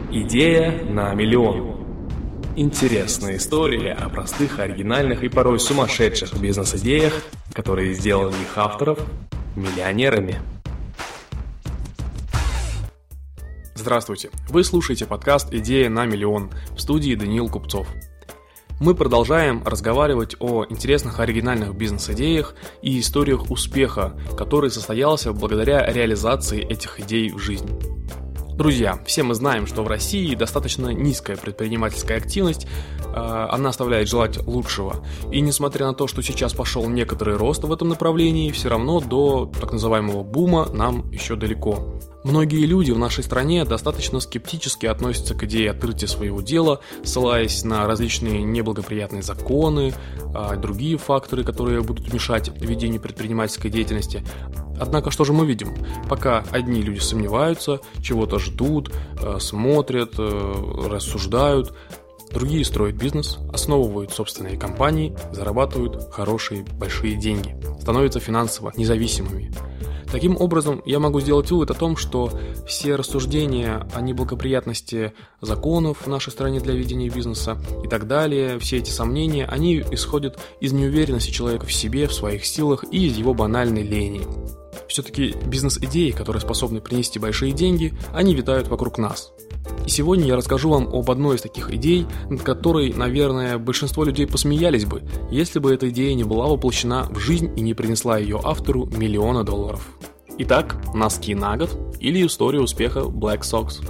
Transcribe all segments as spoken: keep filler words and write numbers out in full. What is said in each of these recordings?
Идея на миллион. Интересная история о простых, оригинальных и порой сумасшедших бизнес-идеях, которые сделали их авторов миллионерами. Здравствуйте! Вы слушаете подкаст «Идея на миллион» в студии Даниил Купцов. Мы продолжаем разговаривать о интересных оригинальных бизнес-идеях и историях успеха, который состоялся благодаря реализации этих идей в жизнь. Друзья, все мы знаем, что в России достаточно низкая предпринимательская активность, она оставляет желать лучшего. И несмотря на то, что сейчас пошел некоторый рост в этом направлении, все равно до так называемого бума нам еще далеко. Многие люди в нашей стране достаточно скептически относятся к идее открытия своего дела, ссылаясь на различные неблагоприятные законы, а другие факторы, которые будут мешать ведению предпринимательской деятельности. Однако, что же мы видим? Пока одни люди сомневаются, чего-то ждут, смотрят, рассуждают, другие строят бизнес, основывают собственные компании, зарабатывают хорошие большие деньги, становятся финансово независимыми. Таким образом, я могу сделать вывод о том, что все рассуждения о неблагоприятности законов в нашей стране для ведения бизнеса и так далее, все эти сомнения, они исходят из неуверенности человека в себе, в своих силах и из его банальной лени. Все-таки бизнес-идеи, которые способны принести большие деньги, они витают вокруг нас. И сегодня я расскажу вам об одной из таких идей, над которой, наверное, большинство людей посмеялись бы, если бы эта идея не была воплощена в жизнь и не принесла ее автору миллиона долларов. Итак, носки на год или история успеха Black Sox.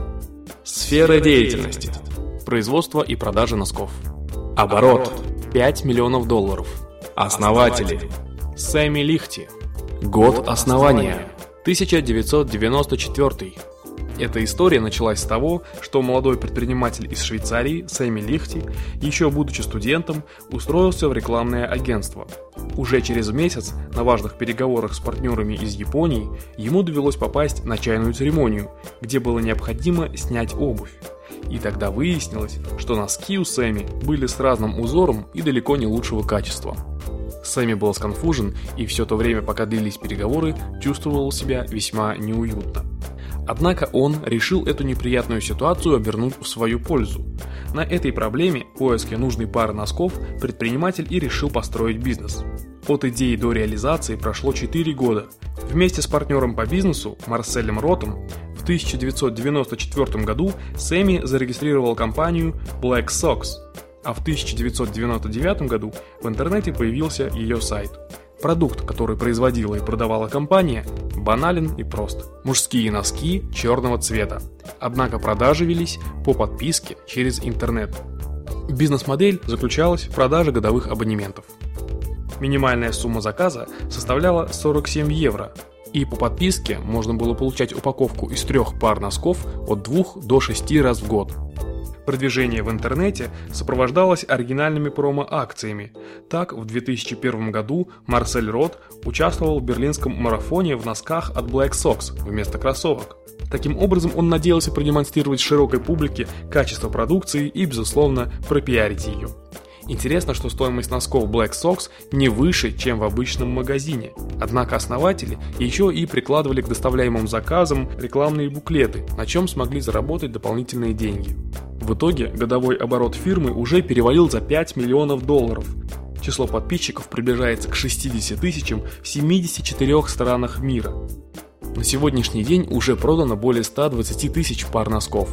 Сфера деятельности. Производство и продажа носков. Оборот. пять миллионов долларов. Основатели. Сэмми Лихти. Год основания. тысяча девятьсот девяносто четвёртый. Эта история началась с того, что молодой предприниматель из Швейцарии Сэмми Лихти, еще будучи студентом, устроился в рекламное агентство. Уже через месяц на важных переговорах с партнерами из Японии ему довелось попасть на чайную церемонию, где было необходимо снять обувь. И тогда выяснилось, что носки у Сэмми были с разным узором и далеко не лучшего качества. Сэмми был сконфужен и все то время, пока длились переговоры, чувствовал себя весьма неуютно. Однако он решил эту неприятную ситуацию обернуть в свою пользу. На этой проблеме, поиске нужной пары носков, предприниматель и решил построить бизнес. От идеи до реализации прошло четыре года. Вместе с партнером по бизнесу Марселем Ротом в тысяча девятьсот девяносто четвёртом году Сэмми зарегистрировал компанию Black Sox, а в тысяча девятьсот девяносто девятом году в интернете появился ее сайт. Продукт, который производила и продавала компания, банален и прост. Мужские носки черного цвета. Однако продажи велись по подписке через интернет. Бизнес-модель заключалась в продаже годовых абонементов. Минимальная сумма заказа составляла сорок семь евро, и по подписке можно было получать упаковку из трех пар носков от двух до шести раз в год. Продвижение в интернете сопровождалось оригинальными промо-акциями. Так, в две тысячи первом году Марсель Рот участвовал в берлинском марафоне в носках от Black Sox вместо кроссовок. Таким образом, он надеялся продемонстрировать широкой публике качество продукции и, безусловно, пропиарить ее. Интересно, что стоимость носков Black Sox не выше, чем в обычном магазине. Однако основатели еще и прикладывали к доставляемым заказам рекламные буклеты, на чем смогли заработать дополнительные деньги. В итоге годовой оборот фирмы уже перевалил за пять миллионов долларов. Число подписчиков приближается к шестидесяти тысячам в семидесяти четырёх странах мира. На сегодняшний день уже продано более ста двадцати тысяч пар носков.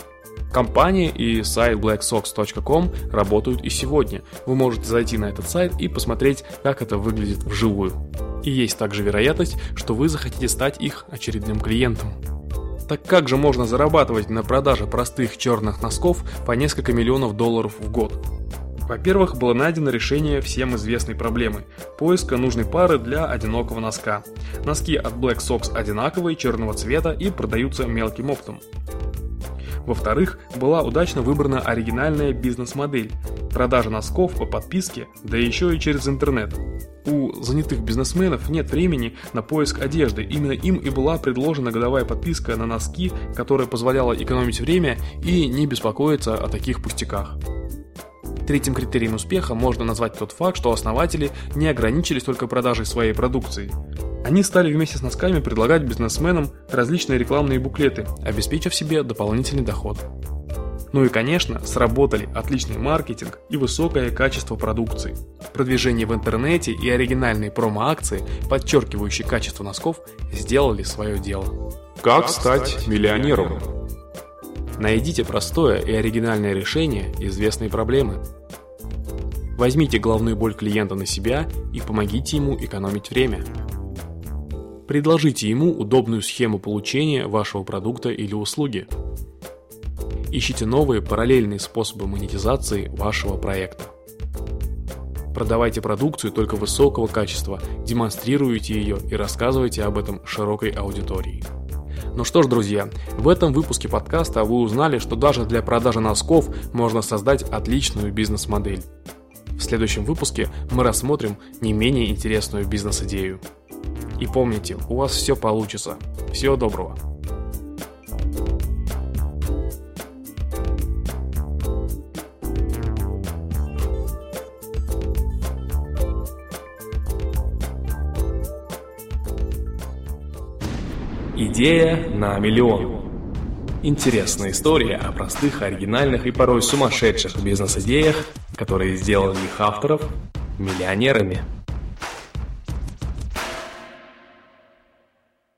Компания и сайт блэк сокс точка ком работают и сегодня. Вы можете зайти на этот сайт и посмотреть, как это выглядит вживую. И есть также вероятность, что вы захотите стать их очередным клиентом. Так как же можно зарабатывать на продаже простых черных носков по несколько миллионов долларов в год? Во-первых, было найдено решение всем известной проблемы – поиска нужной пары для одинокого носка. Носки от Black Sox одинаковые, черного цвета и продаются мелким оптом. Во-вторых, была удачно выбрана оригинальная бизнес-модель – продажа носков по подписке, да еще и через интернет. У занятых бизнесменов нет времени на поиск одежды, именно им и была предложена годовая подписка на носки, которая позволяла экономить время и не беспокоиться о таких пустяках. Третьим критерием успеха можно назвать тот факт, что основатели не ограничились только продажей своей продукции. Они стали вместе с носками предлагать бизнесменам различные рекламные буклеты, обеспечив себе дополнительный доход. Ну и, конечно, сработали отличный маркетинг и высокое качество продукции. Продвижение в интернете и оригинальные промо-акции, подчеркивающие качество носков, сделали свое дело. Как стать миллионером? Найдите простое и оригинальное решение известной проблемы. Возьмите головную боль клиента на себя и помогите ему экономить время. Предложите ему удобную схему получения вашего продукта или услуги. Ищите новые параллельные способы монетизации вашего проекта. Продавайте продукцию только высокого качества, демонстрируйте ее и рассказывайте об этом широкой аудитории. Ну что ж, друзья, в этом выпуске подкаста вы узнали, что даже для продажи носков можно создать отличную бизнес-модель. В следующем выпуске мы рассмотрим не менее интересную бизнес-идею. И помните, у вас все получится. Всего доброго. Идея на миллион. Интересная история о простых, оригинальных и порой сумасшедших бизнес-идеях, которые сделали их авторов миллионерами.